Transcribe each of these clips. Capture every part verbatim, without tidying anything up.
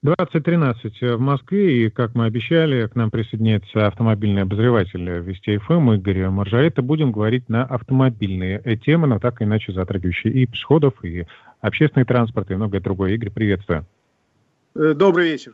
двадцать тринадцать в Москве, и, как мы обещали, к нам присоединяется автомобильный обозреватель Вести эф эм Игорь Маржарета. Будем говорить на автомобильные темы, но так или иначе затрагивающие и пешеходов, и общественный транспорт, и многое другое. Игорь, приветствую. Добрый вечер.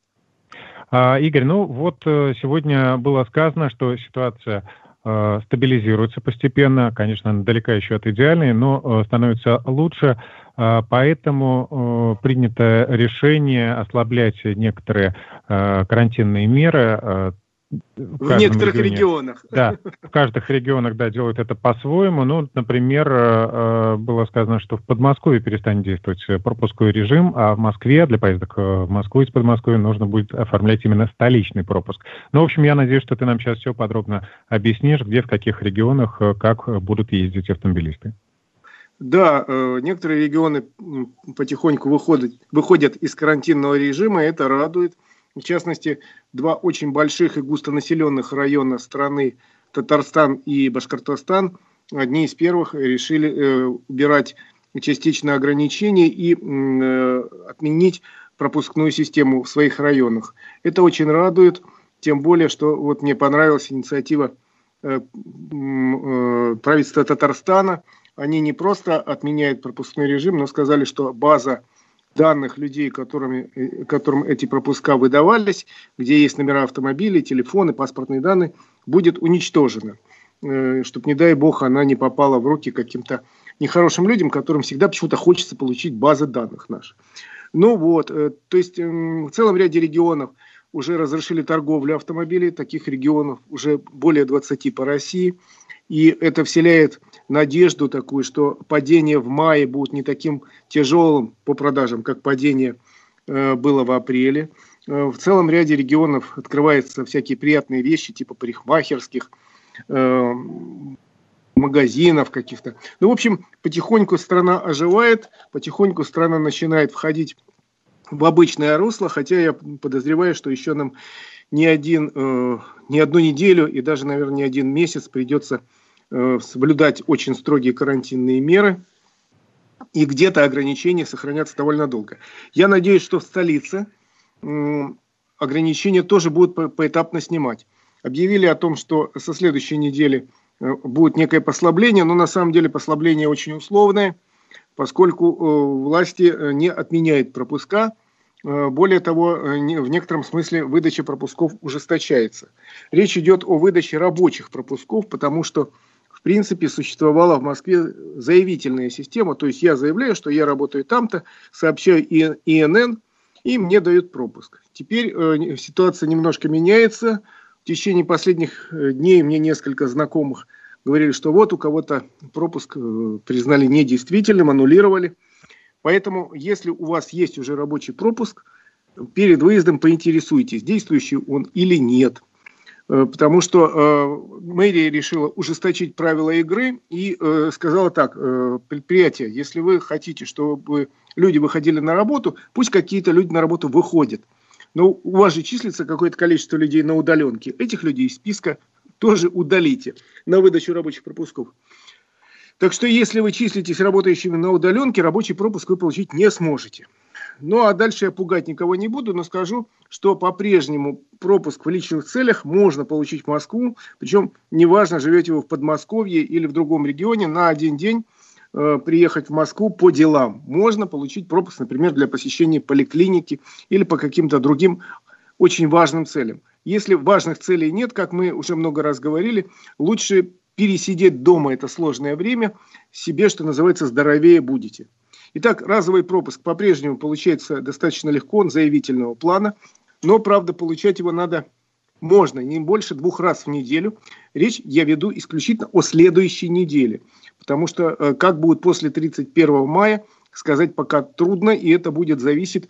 А, Игорь, ну вот сегодня было сказано, что ситуация э, стабилизируется постепенно, конечно, далека еще от идеальной, но э, становится лучше. Поэтому э, принято решение ослаблять некоторые э, карантинные меры. Э, в, в некоторых регионе. регионах. Да, в каждых регионах, да, делают это по-своему. Ну, например, э, было сказано, что в Подмосковье перестанет действовать пропусковой режим, а в Москве для поездок в Москву из Подмосковья нужно будет оформлять именно столичный пропуск. Ну, в общем, я надеюсь, что ты нам сейчас все подробно объяснишь, где, в каких регионах, как будут ездить автомобилисты. Да, некоторые регионы потихоньку выходят, выходят из карантинного режима, и это радует. В частности, два очень больших и густонаселенных района страны, Татарстан и Башкортостан, одни из первых решили убирать частично ограничения и отменить пропускную систему в своих районах. Это очень радует, тем более, что вот мне понравилась инициатива правительства Татарстана. Они не просто отменяют пропускной режим, но сказали, что база данных людей, которыми, которым эти пропуска выдавались, где есть номера автомобилей, телефоны, паспортные данные, будет уничтожена. Чтобы, не дай бог, она не попала в руки каким-то нехорошим людям, которым всегда почему-то хочется получить базы данных наших. Ну вот, то есть в целом ряде регионов уже разрешили торговлю автомобилей, таких регионов уже более двадцати по России. И это вселяет надежду такую, что падение в мае будет не таким тяжелым по продажам, как падение э, было в апреле. Э, в целом ряде регионов открываются всякие приятные вещи, типа парикмахерских, э, магазинов каких-то. Ну, в общем, потихоньку страна оживает, потихоньку страна начинает входить в обычное русло, хотя я подозреваю, что еще нам не, один, э, не одну неделю и даже, наверное, не один месяц придется э, соблюдать очень строгие карантинные меры, и где-то ограничения сохранятся довольно долго. Я надеюсь, что в столице э, ограничения тоже будут по- поэтапно снимать. Объявили о том, что со следующей недели э, будет некое послабление, но на самом деле послабление очень условное, поскольку э, власти не отменяют пропуска. Более того, в некотором смысле выдача пропусков ужесточается. Речь идет о выдаче рабочих пропусков, потому что, в принципе, существовала в Москве заявительная система. То есть я заявляю, что я работаю там-то, сообщаю И Эн Эн, и мне дают пропуск. Теперь э, ситуация немножко меняется. В течение последних дней мне несколько знакомых говорили, что вот у кого-то пропуск э, признали недействительным, аннулировали. Поэтому, если у вас есть уже рабочий пропуск, перед выездом поинтересуйтесь, действующий он или нет. Потому что э, мэрия решила ужесточить правила игры и э, сказала так: э, предприятие, если вы хотите, чтобы люди выходили на работу, пусть какие-то люди на работу выходят. Но у вас же числится какое-то количество людей на удаленке. Этих людей из списка тоже удалите на выдачу рабочих пропусков. Так что, если вы числитесь работающими на удаленке, рабочий пропуск вы получить не сможете. Ну, а дальше я пугать никого не буду, но скажу, что по-прежнему пропуск в личных целях можно получить в Москву. Причем, неважно, живете вы в Подмосковье или в другом регионе, на один день э, приехать в Москву по делам. Можно получить пропуск, например, для посещения поликлиники или по каким-то другим очень важным целям. Если важных целей нет, как мы уже много раз говорили, лучше пересидеть дома это сложное время, себе, что называется, здоровее будете. Итак, разовый пропуск по-прежнему получается достаточно легко, он заявительного плана, но, правда, получать его надо, можно, не больше двух раз в неделю. Речь я веду исключительно о следующей неделе, потому что как будет после тридцать первого мая, сказать пока трудно, и это будет зависеть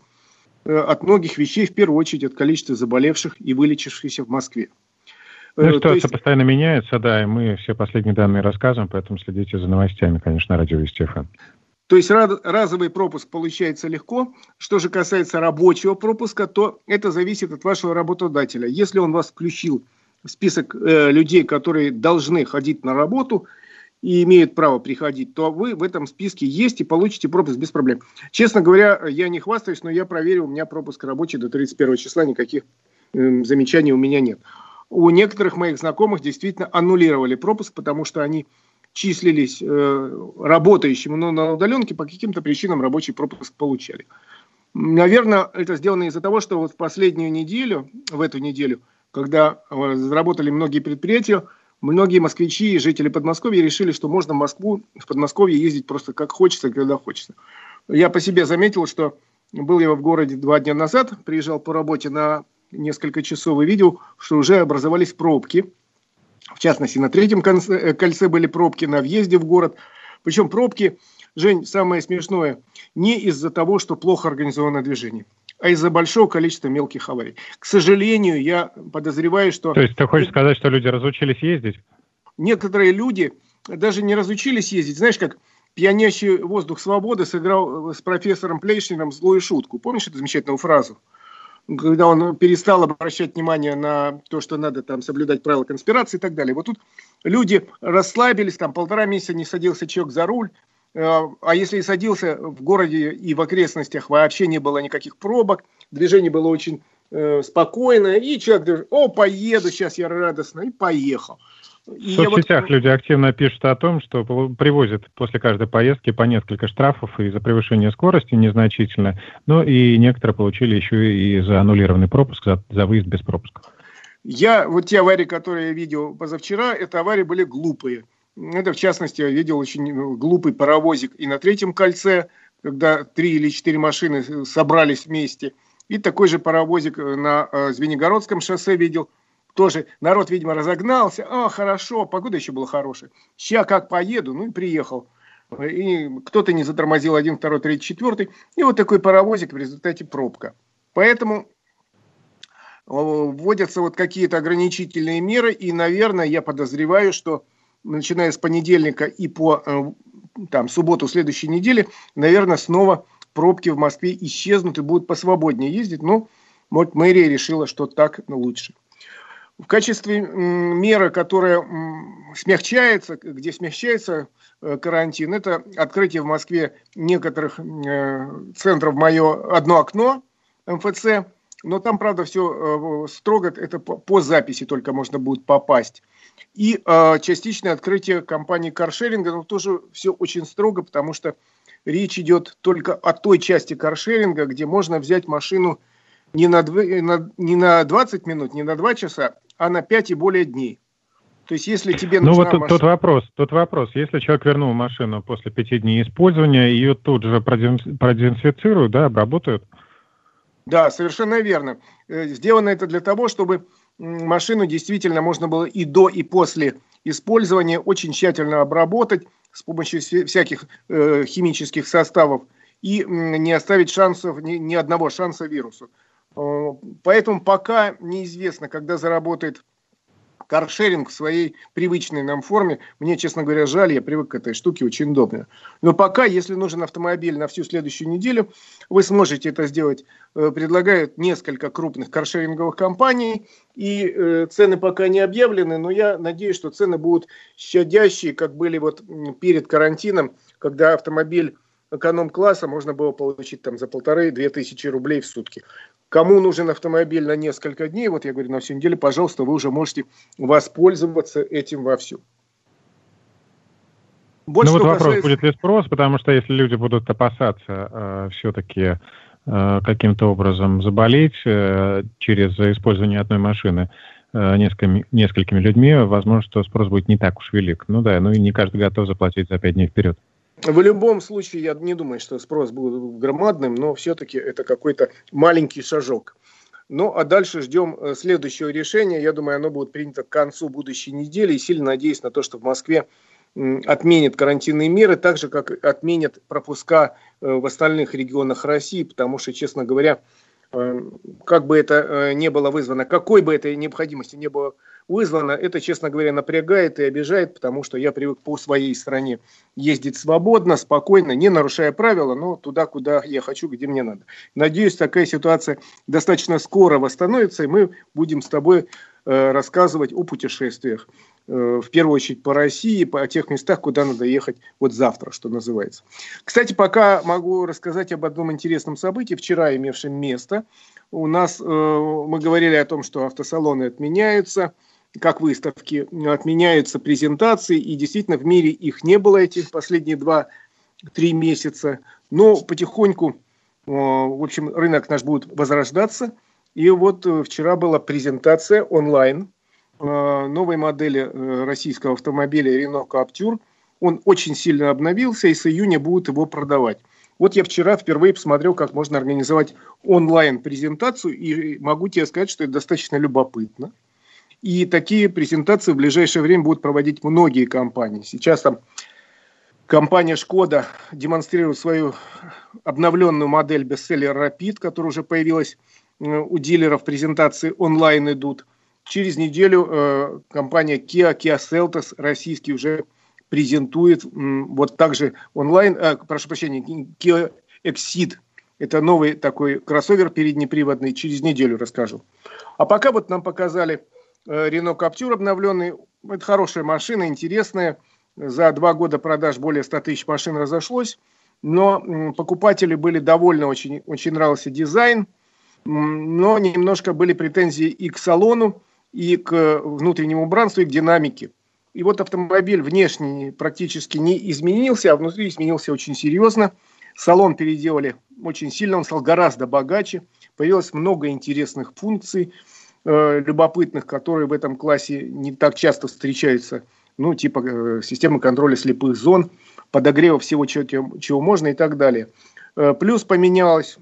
от многих вещей, в первую очередь от количества заболевших и вылечившихся в Москве. Ну, ситуация есть... постоянно меняется, да, и мы все последние данные рассказываем, поэтому следите за новостями, конечно, на радио Вести эф эм. То есть разовый пропуск получается легко. Что же касается рабочего пропуска, то это зависит от вашего работодателя. Если он вас включил в список э, людей, которые должны ходить на работу, и имеют право приходить, то вы в этом списке есть и получите пропуск без проблем. Честно говоря, я не хвастаюсь, но я проверил, у меня пропуск рабочий до тридцать первого числа, никаких э, замечаний у меня нет. У некоторых моих знакомых действительно аннулировали пропуск, потому что они числились э, работающими, но на удаленке по каким-то причинам рабочий пропуск получали. Наверное, это сделано из-за того, что вот в последнюю неделю, в эту неделю, когда э, заработали многие предприятия, многие москвичи и жители Подмосковья решили, что можно в Москву, в Подмосковье ездить просто как хочется, когда хочется. Я по себе заметил, что был я в городе два дня назад, приезжал по работе на несколько часов и видел, что уже образовались пробки. В частности, на третьем кольце, кольце были пробки на въезде в город. Причем пробки, Жень, самое смешное, не из-за того, что плохо организовано движение, а из-за большого количества мелких аварий. К сожалению, я подозреваю, что... То есть ты хочешь сказать, что люди разучились ездить? Некоторые люди даже не разучились ездить. Знаешь, как пьянящий воздух свободы сыграл с профессором Плейшиным злую шутку. Помнишь эту замечательную фразу? Когда он перестал обращать внимание на то, что надо там соблюдать правила конспирации и так далее. Вот тут люди расслабились, там полтора месяца не садился человек за руль, а если и садился в городе и в окрестностях, вообще не было никаких пробок, движение было очень э, спокойное, и человек говорит: о, поеду, сейчас я радостно, и поехал. И в соцсетях вот... люди активно пишут о том, что привозят после каждой поездки по несколько штрафов и за превышение скорости незначительно, но и некоторые получили еще и за аннулированный пропуск, за, за выезд без пропуска. Я, вот те аварии, которые я видел позавчера, это аварии были глупые. Это, в частности, я видел очень глупый паровозик и на третьем кольце, когда три или четыре машины собрались вместе. И такой же паровозик на Звенигородском шоссе видел. Тоже народ, видимо, разогнался. А, хорошо, погода еще была хорошая. Сейчас как поеду, ну и приехал. И кто-то не затормозил, один, второй, третий, четвертый. И вот такой паровозик, в результате пробка. Поэтому вводятся вот какие-то ограничительные меры. И, наверное, я подозреваю, что начиная с понедельника и по там, субботу следующей недели, наверное, снова пробки в Москве исчезнут и будут посвободнее ездить. Но вот мэрия решила, что так лучше. В качестве меры, которая смягчается, где смягчается карантин, это открытие в Москве некоторых центров в мое одно окно эм эф цэ. Но там, правда, все строго, это по записи только можно будет попасть. И частичное открытие компании каршеринга, но тоже все очень строго, потому что речь идет только о той части каршеринга, где можно взять машину не на, не на двадцать минут, не на два часа, а на пять и более дней. То есть, если тебе нужна... Ну, вот тут, машина... тут вопрос, тут вопрос. Если человек вернул машину после пяти дней использования, ее тут же продезинфицируют, да, обработают? Да, совершенно верно. Сделано это для того, чтобы машину действительно можно было и до, и после использования очень тщательно обработать с помощью всяких э, химических составов и не оставить шансов, ни, ни одного шанса вирусу. Поэтому пока неизвестно, когда заработает каршеринг в своей привычной нам форме. Мне, честно говоря, жаль, я привык к этой штуке, очень удобно. Но пока, если нужен автомобиль на всю следующую неделю, вы сможете это сделать. Предлагают несколько крупных каршеринговых компаний, и цены пока не объявлены, но я надеюсь, что цены будут щадящие, как были вот перед карантином, когда автомобиль эконом-класса можно было получить там за полторы-две тысячи рублей в сутки. Кому нужен автомобиль на несколько дней, вот я говорю, на всю неделю, пожалуйста, вы уже можете воспользоваться этим вовсю. Больше ну вот вопрос, касается... будет ли спрос, потому что если люди будут опасаться э, все-таки э, каким-то образом заболеть э, через использование одной машины э, несколькими, несколькими людьми, возможно, что спрос будет не так уж велик. Ну да, ну и не каждый готов заплатить за пять дней вперед. В любом случае, я не думаю, что спрос будет громадным, но все-таки это какой-то маленький шажок. Ну, а дальше ждем следующего решения. Я думаю, оно будет принято к концу будущей недели. И сильно надеюсь на то, что в Москве отменят карантинные меры, так же, как отменят пропуска в остальных регионах России. Потому что, честно говоря, как бы это ни было вызвано, какой бы этой необходимости не было вызвано, это, честно говоря, напрягает и обижает, потому что я привык по своей стране ездить свободно, спокойно, не нарушая правила, но туда, куда я хочу, где мне надо. Надеюсь, такая ситуация достаточно скоро восстановится, и мы будем с тобой э, рассказывать о путешествиях. в первую очередь по России, по тех местах, куда надо ехать вот завтра, что называется. Кстати, пока могу рассказать об одном интересном событии, вчера имевшем место. У нас, мы говорили о том, что автосалоны отменяются, как выставки, отменяются презентации, и действительно в мире их не было этих последние два-три месяца, но потихоньку, в общем, рынок наш будет возрождаться, и вот вчера была презентация онлайн новой модели российского автомобиля Renault Captur. Он очень сильно обновился, и с июня будут его продавать. Вот я вчера впервые посмотрел, как можно организовать онлайн-презентацию, и могу тебе сказать, что это достаточно любопытно. И такие презентации в ближайшее время будут проводить многие компании. Сейчас там компания Шкода демонстрирует свою обновленную модель бестселлер Rapid, которая уже появилась у дилеров, презентации онлайн идут. Через неделю э, компания Kia, Kia Seltos российский уже презентует м, вот также онлайн, э, прошу прощения, Kia Exceed. Это новый такой кроссовер переднеприводный, через неделю расскажу. А пока вот нам показали э, Renault Captur обновленный. Это хорошая машина, интересная. За два года продаж более ста тысяч машин разошлось. Но м, покупатели были довольны, очень, очень нравился дизайн. М, но немножко были претензии и к салону, и к внутреннему убранству, и к динамике. И вот автомобиль внешне практически не изменился, а внутри изменился очень серьезно. Салон переделали очень сильно, он стал гораздо богаче. Появилось много интересных функций, э, любопытных, которые в этом классе не так часто встречаются. Ну, типа э, системы контроля слепых зон, подогрева всего, чего, чего можно и так далее. Э, плюс поменялась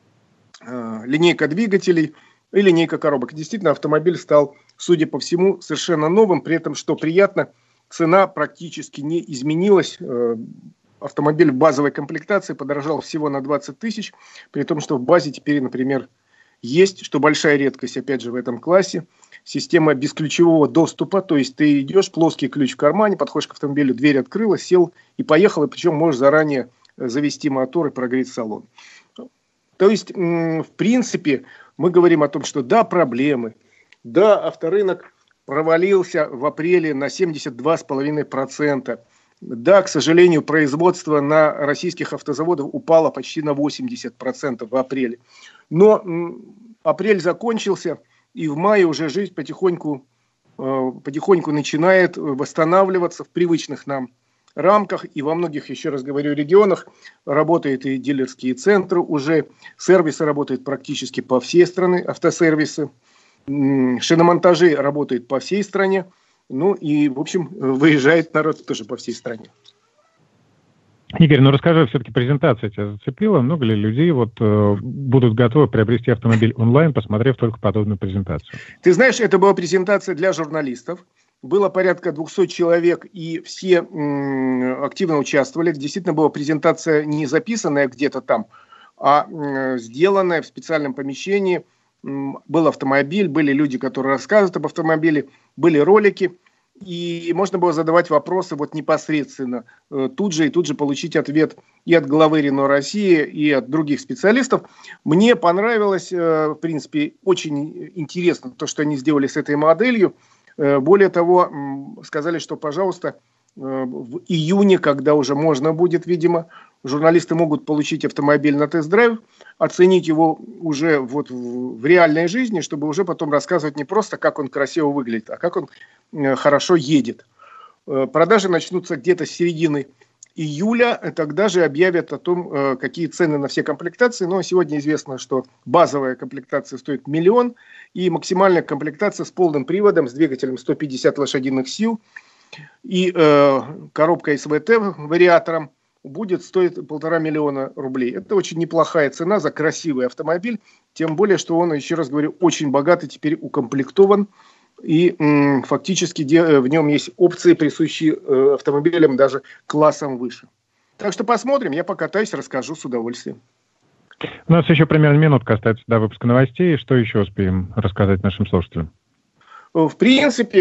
э, линейка двигателей и линейка коробок. Действительно, автомобиль стал, судя по всему, совершенно новым. При этом, что приятно, цена практически не изменилась. Автомобиль в базовой комплектации подорожал всего на двадцать тысяч. При том, что в базе теперь, например, есть, что большая редкость, опять же, в этом классе, система бесключевого доступа. То есть ты идешь, плоский ключ в кармане, подходишь к автомобилю, дверь открыла, сел и поехал. И причем можешь заранее завести мотор и прогреть салон. То есть, в принципе, мы говорим о том, что да, проблемы, да, авторынок провалился в апреле на семьдесят два целых пять десятых процента. Да, к сожалению, производство на российских автозаводах упало почти на восемьдесят процентов в апреле. Но м, апрель закончился, и в мае уже жизнь потихоньку, э, потихоньку начинает восстанавливаться в привычных нам рамках, и во многих, еще раз говорю, регионах работают и дилерские центры уже, сервисы работают практически по всей стране, автосервисы, шиномонтажи работают по всей стране, ну и, в общем, выезжает народ тоже по всей стране. Игорь, ну расскажи, все-таки презентация тебя зацепила, много ли людей вот э, будут готовы приобрести автомобиль онлайн, посмотрев только подобную презентацию? Ты знаешь, это была презентация для журналистов. Было порядка двухсот человек, и все м, активно участвовали. Действительно, была презентация не записанная где-то там, а м, сделанная в специальном помещении. М, был автомобиль, были люди, которые рассказывают об автомобиле, были ролики. И можно было задавать вопросы вот непосредственно э, тут же, и тут же получить ответ и от главы Renault России, и от других специалистов. Мне понравилось, э, в принципе, очень интересно то, что они сделали с этой моделью. Более того, сказали, что, пожалуйста, в июне, когда уже можно будет, видимо, журналисты могут получить автомобиль на тест-драйв, оценить его уже вот в реальной жизни, чтобы уже потом рассказывать не просто, как он красиво выглядит, а как он хорошо едет. Продажи начнутся где-то с середины июля, тогда же объявят о том, какие цены на все комплектации. Но сегодня известно, что базовая комплектация стоит миллион, и максимальная комплектация с полным приводом, с двигателем сто пятьдесят лошадиных сил и э, коробкой эс вэ тэ вариатором будет стоить полтора миллиона рублей. Это очень неплохая цена за красивый автомобиль, тем более, что он, еще раз говорю, очень богатый, теперь укомплектован. И м, фактически де, в нем есть опции, присущие э, автомобилям даже классом выше. Так что посмотрим, я покатаюсь, расскажу с удовольствием. У нас еще примерно минутка остается до выпуска новостей. Что еще успеем рассказать нашим слушателям? В принципе,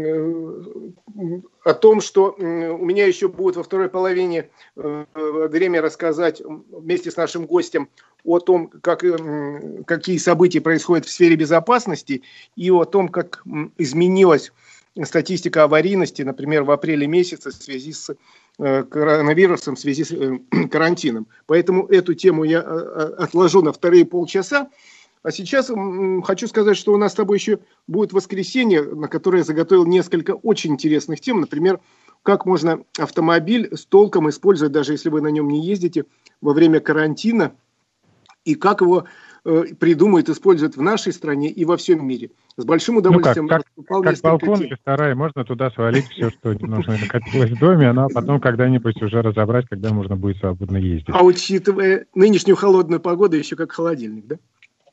о том, что у меня еще будет во второй половине время рассказать вместе с нашим гостем о том, как, какие события происходят в сфере безопасности и о том, как изменилась статистика аварийности, например, в апреле месяце в связи с коронавирусом, в связи с карантином. Поэтому эту тему я отложу на вторые полчаса. А сейчас хочу сказать, что у нас с тобой еще будет воскресенье, на которое я заготовил несколько очень интересных тем. Например, как можно автомобиль с толком использовать, даже если вы на нем не ездите, во время карантина, и как его э, придумают использовать в нашей стране и во всем мире. С большим удовольствием. Ну как, как, как балкон или сарай, можно туда свалить все, что нужно накопилось в доме, а потом когда-нибудь уже разобрать, когда можно будет свободно ездить. А учитывая нынешнюю холодную погоду, еще как холодильник, да?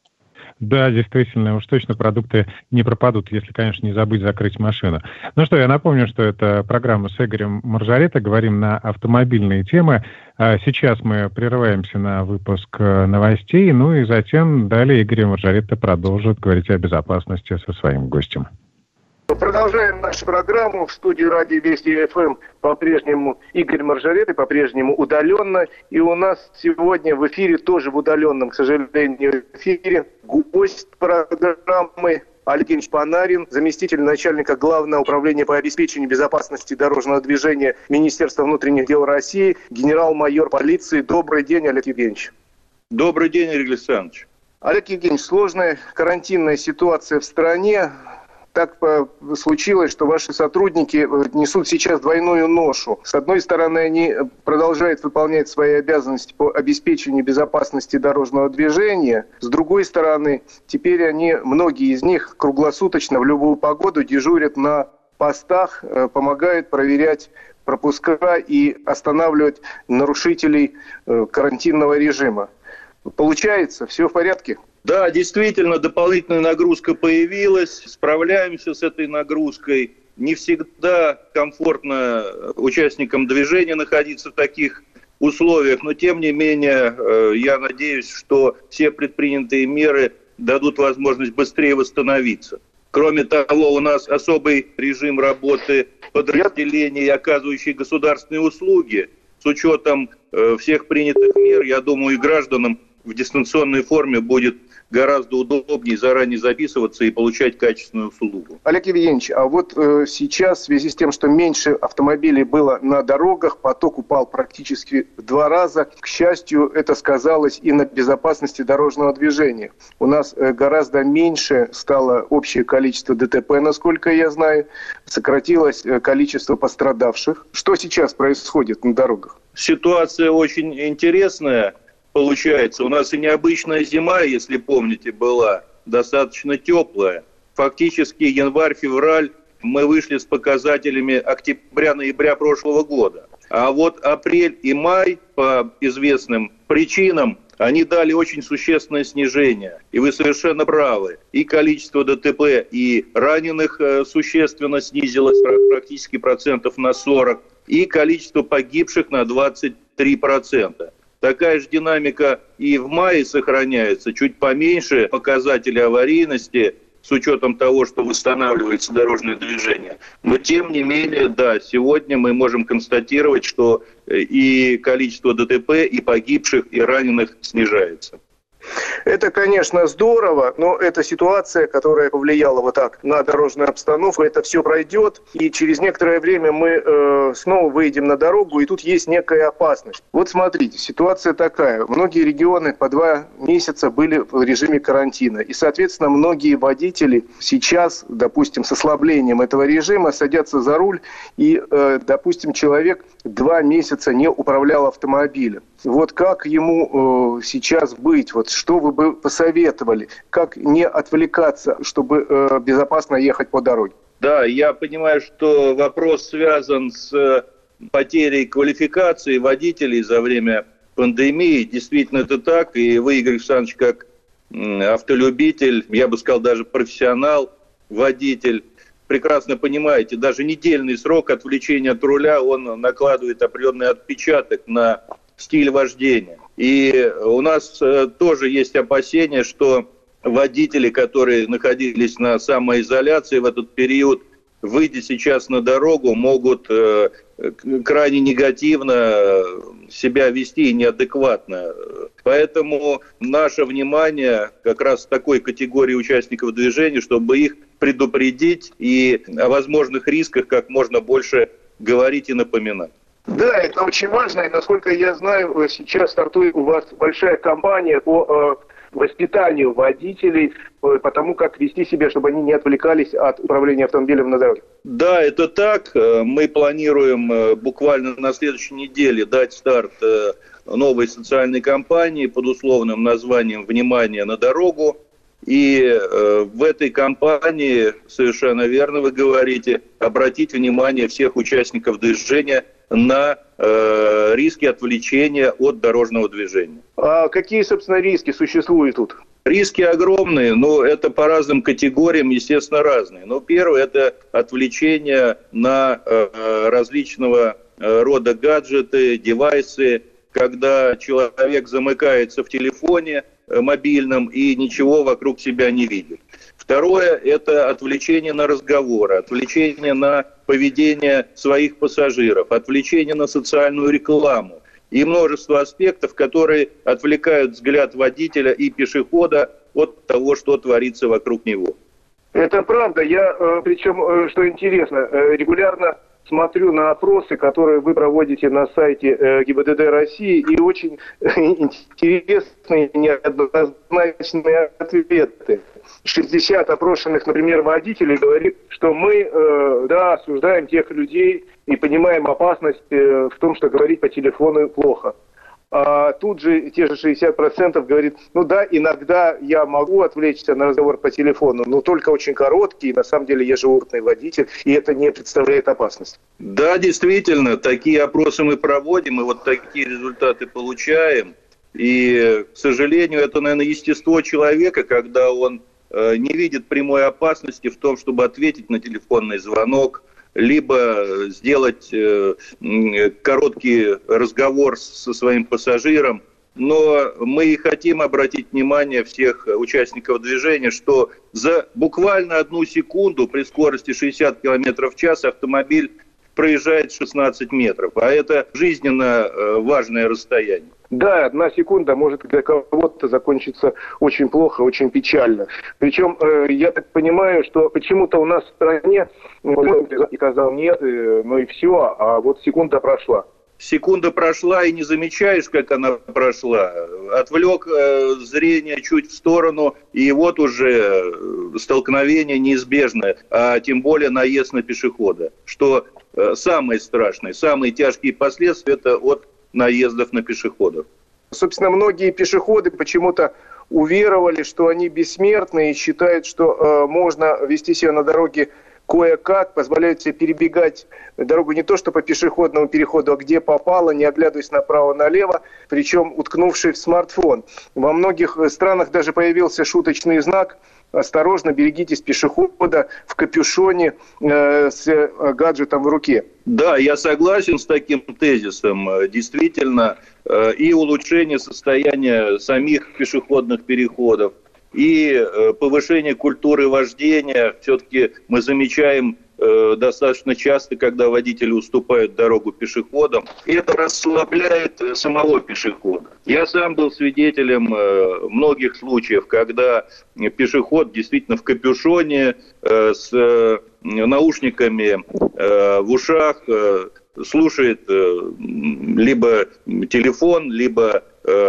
Да, действительно, уж точно продукты не пропадут, если, конечно, не забыть закрыть машину. Ну что, я напомню, что это программа с Игорем Маржарета. Говорим на автомобильные темы. Сейчас мы прерываемся на выпуск новостей, ну и затем далее Игорь Маржарета продолжит говорить о безопасности со своим гостем. Продолжаем нашу программу. В студии радио Вести эф эм по-прежнему Игорь Маржарет, по-прежнему удаленно. И у нас сегодня в эфире, тоже в удаленном, к сожалению, эфире, гость программы Олег Евгеньевич Панарин, заместитель начальника Главного управления по обеспечению безопасности дорожного движения Министерства внутренних дел России, генерал-майор полиции. Добрый день, Олег Евгеньевич. Добрый день, Олег Александрович. Олег Евгеньевич, сложная карантинная ситуация в стране. Так случилось, что ваши сотрудники несут сейчас двойную ношу. С одной стороны, они продолжают выполнять свои обязанности по обеспечению безопасности дорожного движения. С другой стороны, теперь они, многие из них, круглосуточно в любую погоду дежурят на постах, помогают проверять пропуска и останавливать нарушителей карантинного режима. Получается, все в порядке? Да, действительно, дополнительная нагрузка появилась. Справляемся с этой нагрузкой. Не всегда комфортно участникам движения находиться в таких условиях, но тем не менее, я надеюсь, что все предпринятые меры дадут возможность быстрее восстановиться. Кроме того, у нас особый режим работы подразделений, оказывающих государственные услуги. С учетом всех принятых мер, я думаю, и гражданам в дистанционной форме будет гораздо удобнее заранее записываться и получать качественную услугу. Олег Евгеньевич, а вот э, сейчас в связи с тем, что меньше автомобилей было на дорогах, поток упал практически в два раза. К счастью, это сказалось и на безопасности дорожного движения. У нас э, гораздо меньше стало общее количество ДТП, насколько я знаю. Сократилось э, количество пострадавших. Что сейчас происходит на дорогах? Ситуация очень интересная. Получается, у нас и необычная зима, если помните, была достаточно теплая. Фактически январь-февраль мы вышли с показателями октября-ноября прошлого года. А вот апрель и май по известным причинам они дали очень существенное снижение. И вы совершенно правы. И количество ДТП, и раненых существенно снизилось практически процентов на сорок. И количество погибших на двадцать три процента. Такая же динамика и в мае сохраняется, чуть поменьше показатели аварийности, с учетом того, что восстанавливается дорожное движение. Но тем не менее, да, сегодня мы можем констатировать, что и количество ДТП, и погибших, и раненых снижается. Это, конечно, здорово, но это ситуация, которая повлияла вот так на дорожную обстановку. Это все пройдет, и через некоторое время мы э, снова выйдем на дорогу, и тут есть некая опасность. Вот смотрите, ситуация такая. Многие регионы по два месяца были в режиме карантина, и, соответственно, многие водители сейчас, допустим, с ослаблением этого режима садятся за руль, и, э, допустим, человек два месяца не управлял автомобилем. Вот как ему э, сейчас быть? Вот что вы бы посоветовали? Как не отвлекаться, чтобы э, безопасно ехать по дороге? Да, я понимаю, что вопрос связан с потерей квалификации водителей за время пандемии. Действительно, это так. И вы, Игорь Александрович, как автолюбитель, я бы сказал, даже профессионал, водитель, прекрасно понимаете, даже недельный срок отвлечения от руля, он накладывает определенный отпечаток на стиль вождения. И у нас э, тоже есть опасения, что водители, которые находились на самоизоляции в этот период, выйдя сейчас на дорогу, могут э, крайне негативно себя вести и неадекватно. Поэтому наше внимание как раз такой категории участников движения, чтобы их предупредить и о возможных рисках как можно больше говорить и напоминать. Да, это очень важно, и насколько я знаю, сейчас стартует у вас большая кампания по э, воспитанию водителей, э, по тому, как вести себя, чтобы они не отвлекались от управления автомобилем на дороге. Да, это так. Мы планируем буквально на следующей неделе дать старт новой социальной кампании под условным названием «Внимание на дорогу». И э, в этой кампании, совершенно верно вы говорите, обратить внимание всех участников движения на э, риски отвлечения от дорожного движения. А какие, собственно, риски существуют тут? Риски огромные, но это по разным категориям, естественно, разные. Но первое – это отвлечение на э, различного рода гаджеты, девайсы, когда человек замыкается в телефоне мобильном и ничего вокруг себя не видит. Второе – это отвлечение на разговоры, отвлечение на поведение своих пассажиров, отвлечение на социальную рекламу и множество аспектов, которые отвлекают взгляд водителя и пешехода от того, что творится вокруг него. Это правда. Я, причем, что интересно, регулярно смотрю на опросы, которые вы проводите на сайте ГИБДД России, и очень интересные неоднозначные ответы. шестьдесят опрошенных, например, водителей говорит, что мы, да, осуждаем тех людей и понимаем опасность в том, что говорить по телефону плохо. А тут же те же шестьдесят процентов говорит, ну да, иногда я могу отвлечься на разговор по телефону, но только очень короткий, на самом деле я же опытный водитель, и это не представляет опасность. Да, действительно, такие опросы мы проводим, и вот такие результаты получаем. И, к сожалению, это, наверное, естество человека, когда он э, не видит прямой опасности в том, чтобы ответить на телефонный звонок, либо сделать э, короткий разговор со своим пассажиром. Но мы и хотим обратить внимание всех участников движения, что за буквально одну секунду при скорости шестьдесят километров в час автомобиль проезжает шестнадцать метров, а это жизненно важное расстояние. Да, одна секунда может для кого-то закончиться очень плохо, очень печально. Причем, э, я так понимаю, что почему-то у нас в стране, и сказал нет, э, ну и все, а вот секунда прошла. Секунда прошла, и не замечаешь, как она прошла. Отвлек э, зрение чуть в сторону, и вот уже столкновение неизбежное, а тем более наезд на пешехода. Что э, самое страшное, самые тяжкие последствия – это от наездов на пешеходов. Собственно, многие пешеходы почему-то уверовали, что они бессмертны и считают, что э, можно вести себя на дороге кое-как, позволяют себе перебегать дорогу не то что по пешеходному переходу, а где попало, не оглядываясь направо-налево, причем уткнувшись в смартфон. Во многих странах даже появился шуточный знак «Осторожно, берегитесь пешехода в капюшоне э, с гаджетом в руке». Да, я согласен с таким тезисом. Действительно, э, и улучшение состояния самих пешеходных переходов, и повышение культуры вождения. Все-таки мы замечаем э, достаточно часто, когда водители уступают дорогу пешеходам. И это расслабляет самого пешехода. Я сам был свидетелем э, многих случаев, когда пешеход действительно в капюшоне, э, с э, наушниками э, в ушах, э, слушает э, либо телефон, либо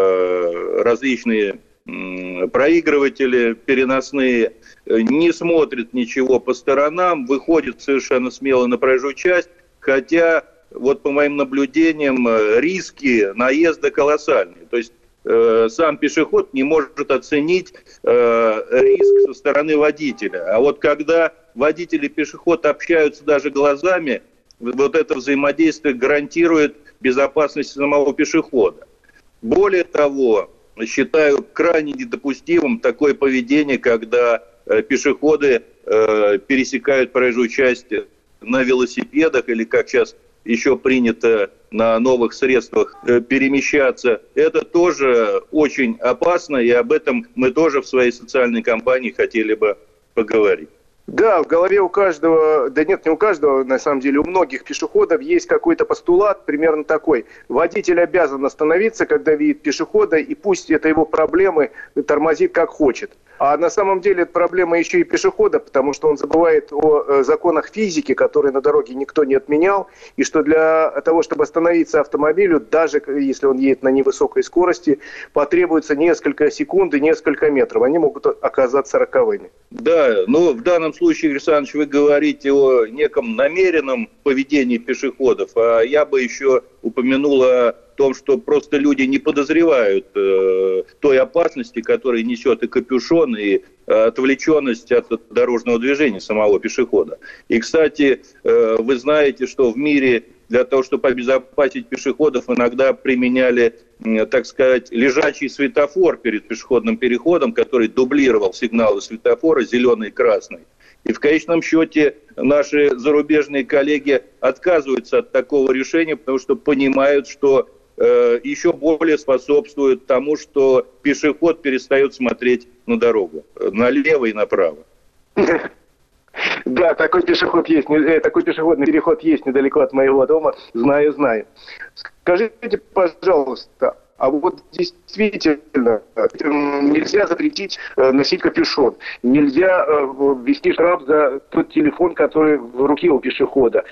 э, различные проигрыватели переносные, не смотрит ничего по сторонам, выходит совершенно смело на проезжую часть, хотя, вот по моим наблюдениям, риски наезда колоссальные. То есть э, сам пешеход не может оценить э, риск со стороны водителя. А вот когда водитель и пешеход общаются даже глазами, вот это взаимодействие гарантирует безопасность самого пешехода. Более того, считаю крайне недопустимым такое поведение, когда э, пешеходы э, пересекают проезжую часть на велосипедах или, как сейчас еще принято, на новых средствах э, перемещаться. Это тоже очень опасно, и об этом мы тоже в своей социальной кампании хотели бы поговорить. Да, в голове у каждого, да нет, не у каждого, на самом деле, у многих пешеходов есть какой-то постулат, примерно такой. Водитель обязан остановиться, когда видит пешехода, и пусть это его проблемы, тормозит как хочет. А на самом деле это проблема еще и пешехода, потому что он забывает о э, законах физики, которые на дороге никто не отменял, и что для того, чтобы остановиться автомобилю, даже если он едет на невысокой скорости, потребуется несколько секунд и несколько метров. Они могут оказаться роковыми. Да, но в данном случае, Александр Ильич, вы говорите о неком намеренном поведении пешеходов, а я бы еще упомянул о том, что просто люди не подозревают э, той опасности, которую несет и капюшон, и э, отвлеченность от дорожного движения самого пешехода. И, кстати, э, вы знаете, что в мире для того, чтобы обезопасить пешеходов, иногда применяли, э, так сказать, лежачий светофор перед пешеходным переходом, который дублировал сигналы светофора зеленый и красный. И в конечном счете наши зарубежные коллеги отказываются от такого решения, потому что понимают, что э, еще более способствует тому, что пешеход перестает смотреть на дорогу, налево и направо. Да, такой пешеход есть, такой пешеходный переход есть недалеко от моего дома, знаю, знаю. Скажите, пожалуйста, а вот действительно нельзя запретить носить капюшон, нельзя ввести штраф за тот телефон, который в руке у пешехода,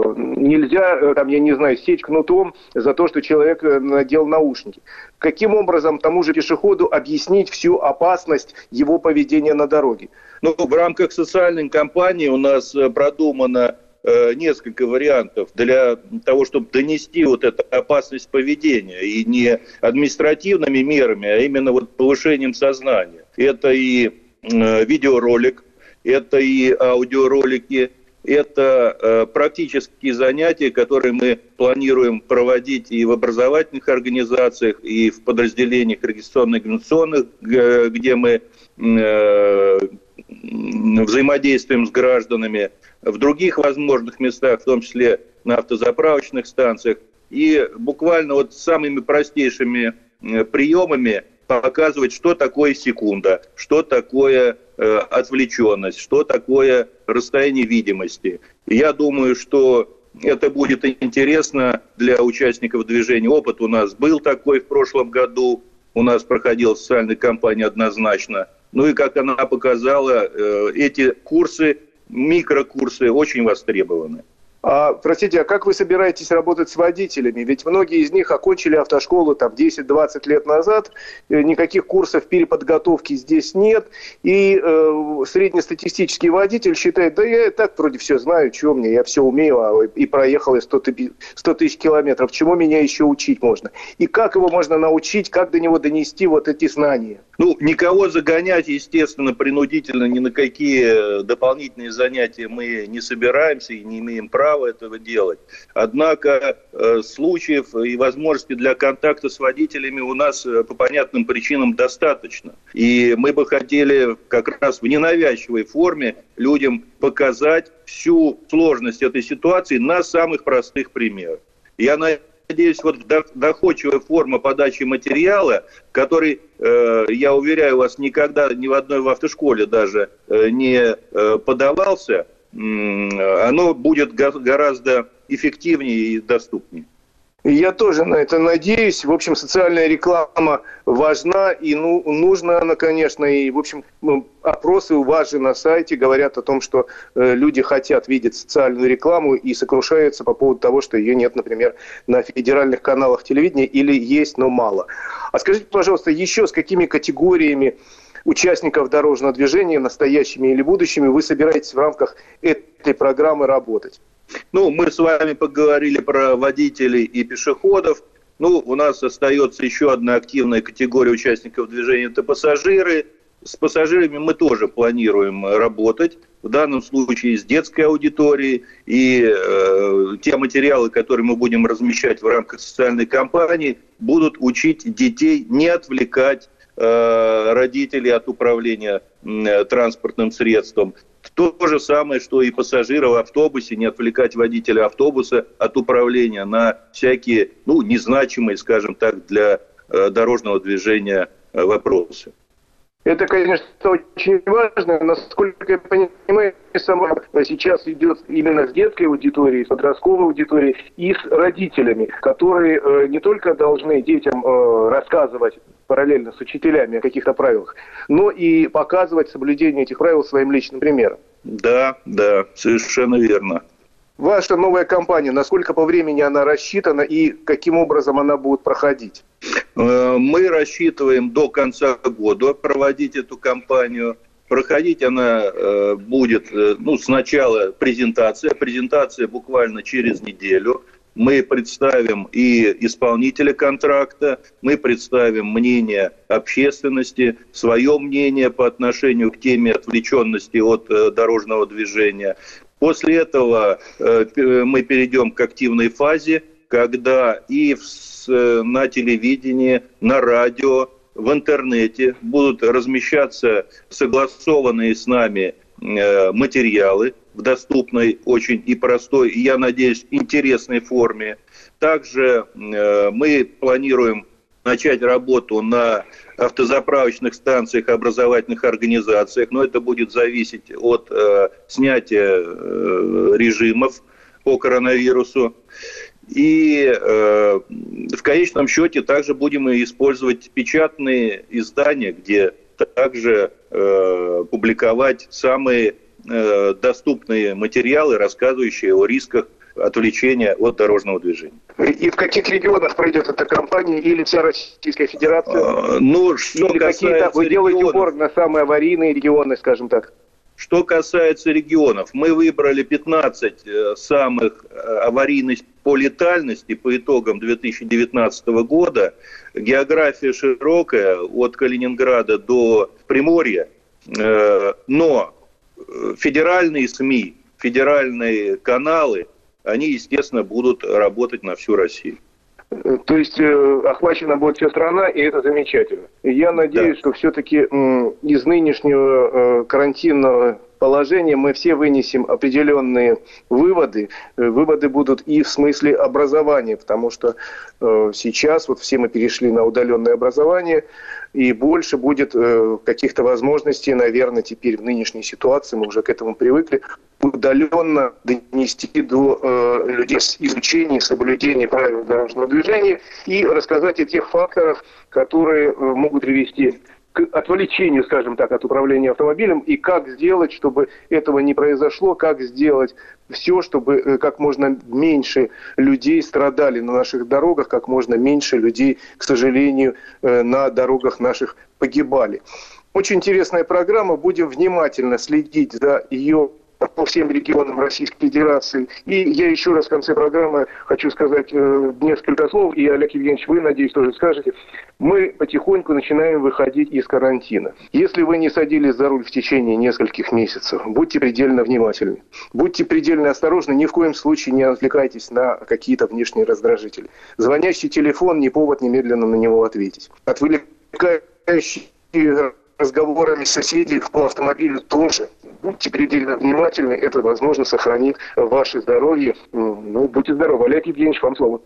нельзя, там, я не знаю, сечь кнутом за то, что человек надел наушники. Каким образом тому же пешеходу объяснить всю опасность его поведения на дороге? Ну, в рамках социальной кампании у нас продумано несколько вариантов для того, чтобы донести вот эту опасность поведения, и не административными мерами, а именно вот повышением сознания. Это и э, видеоролик, это и аудиоролики, это э, практические занятия, которые мы планируем проводить и в образовательных организациях, и в подразделениях регистрационно-экзаменационных, где мы э, взаимодействуем с гражданами, в других возможных местах, в том числе на автозаправочных станциях, и буквально вот самыми простейшими приемами показывать, что такое секунда, что такое э, отвлеченность, что такое расстояние видимости. И я думаю, что это будет интересно для участников движения. Опыт у нас был такой в прошлом году, у нас проходила социальная кампания однозначно. Ну и как она показала, э, эти курсы, микрокурсы очень востребованы. А, простите, а как вы собираетесь работать с водителями? Ведь многие из них окончили автошколу там десять-двадцать лет назад, никаких курсов переподготовки здесь нет, и э, среднестатистический водитель считает, да я и так вроде все знаю, чего мне, я все умею, а, и проехал я сто тысяч километров, чему меня еще учить можно? И как его можно научить, как до него донести вот эти знания? Ну, никого загонять, естественно, принудительно ни на какие дополнительные занятия мы не собираемся и не имеем права этого делать. Однако э, случаев и возможностей для контакта с водителями у нас э, по понятным причинам достаточно. И мы бы хотели как раз в ненавязчивой форме людям показать всю сложность этой ситуации на самых простых примерах. Я надеюсь, вот доходчивая форма подачи материала, который, э, я уверяю вас, никогда ни в одной в автошколе даже э, не э, подавался, оно будет гораздо эффективнее и доступнее. Я тоже на это надеюсь. В общем, социальная реклама важна, и ну, нужна она, конечно. И, в общем, опросы у вас же на сайте говорят о том, что э, люди хотят видеть социальную рекламу и сокрушаются по поводу того, что ее нет, например, на федеральных каналах телевидения или есть, но мало. А скажите, пожалуйста, еще с какими категориями участников дорожного движения, настоящими или будущими, вы собираетесь в рамках этой программы работать? Ну, мы с вами поговорили про водителей и пешеходов. Ну, у нас остается еще одна активная категория участников движения – это пассажиры. С пассажирами мы тоже планируем работать. В данном случае с детской аудиторией. И э, те материалы, которые мы будем размещать в рамках социальной кампании, будут учить детей не отвлекать родителей от управления транспортным средством. То же самое, что и пассажиры в автобусе, не отвлекать водителя автобуса от управления на всякие, ну, незначимые, скажем так, для дорожного движения вопросы. Это, конечно, очень важно. Насколько я понимаю, сама сейчас идет именно с детской аудиторией, с подростковой аудиторией и с родителями, которые э, не только должны детям э, рассказывать параллельно с учителями о каких-то правилах, но и показывать соблюдение этих правил своим личным примером. Да, да, совершенно верно. Ваша новая кампания, насколько по времени она рассчитана и каким образом она будет проходить? Мы рассчитываем до конца года проводить эту кампанию. Проходить она будет, ну, сначала презентация. Презентация буквально через неделю. Мы представим и исполнителя контракта, мы представим мнение общественности, свое мнение по отношению к теме отвлеченности от дорожного движения. После этого мы перейдем к активной фазе, когда и в, на телевидении, на радио, в интернете будут размещаться согласованные с нами материалы в доступной, очень и простой, и, я надеюсь, интересной форме. Также мы планируем начать работу на автозаправочных станциях, образовательных организациях, но это будет зависеть от э, снятия э, режимов по коронавирусу. И э, в конечном счете также будем использовать печатные издания, где также э, публиковать самые э, доступные материалы, рассказывающие о рисках отвлечения от дорожного движения. И в каких регионах пройдет эта кампания или вся Российская Федерация? А, ну, что или какие-то вы делаете упор на самые аварийные регионы, скажем так? Что касается регионов, мы выбрали пятнадцать самых аварийных по летальности по итогам две тысячи девятнадцатого года. География широкая, от Калининграда до Приморья, но федеральные СМИ, федеральные каналы, они, естественно, будут работать на всю Россию. То есть э, охвачена будет вся страна, и это замечательно. Я надеюсь, да. что все-таки э, из нынешнего э, карантинного положения мы все вынесем определенные выводы. Э, выводы будут и в смысле образования, потому что э, сейчас вот все мы перешли на удаленное образование, и больше будет э, каких-то возможностей, наверное, теперь в нынешней ситуации, мы уже к этому привыкли, удаленно донести до э, людей изучение, соблюдение правил дорожного движения и рассказать о тех факторах, которые э, могут привести к отвлечению, скажем так, от управления автомобилем, и как сделать, чтобы этого не произошло, как сделать все, чтобы э, как можно меньше людей страдали на наших дорогах, как можно меньше людей, к сожалению, э, на дорогах наших погибали. Очень интересная программа, будем внимательно следить за ее по всем регионам Российской Федерации. И я еще раз в конце программы хочу сказать э, несколько слов, и, Олег Евгеньевич, вы, надеюсь, тоже скажете. Мы потихоньку начинаем выходить из карантина. Если вы не садились за руль в течение нескольких месяцев, будьте предельно внимательны. Будьте предельно осторожны, ни в коем случае не отвлекайтесь на какие-то внешние раздражители. Звонящий телефон не повод немедленно на него ответить. Отвлекающие разговорами соседей по автомобилю тоже. Будьте предельно внимательны, это, возможно, сохранит ваше здоровье. Ну, будьте здоровы. Олег Евгеньевич, вам слово.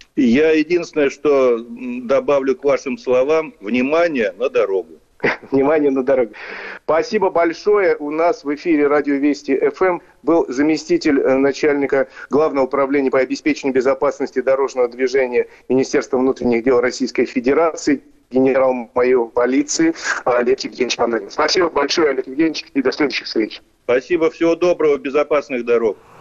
Я единственное, что добавлю к вашим словам, внимание на дорогу. Внимание на дорогу. Спасибо большое. У нас в эфире Радио Вести эф эм был заместитель начальника Главного управления по обеспечению безопасности дорожного движения Министерства внутренних дел Российской Федерации, генерал-майор полиции Олег Евгеньевич Панарин. Спасибо большое, Олег Евгеньевич, и до следующих встреч. Спасибо, всего доброго, безопасных дорог.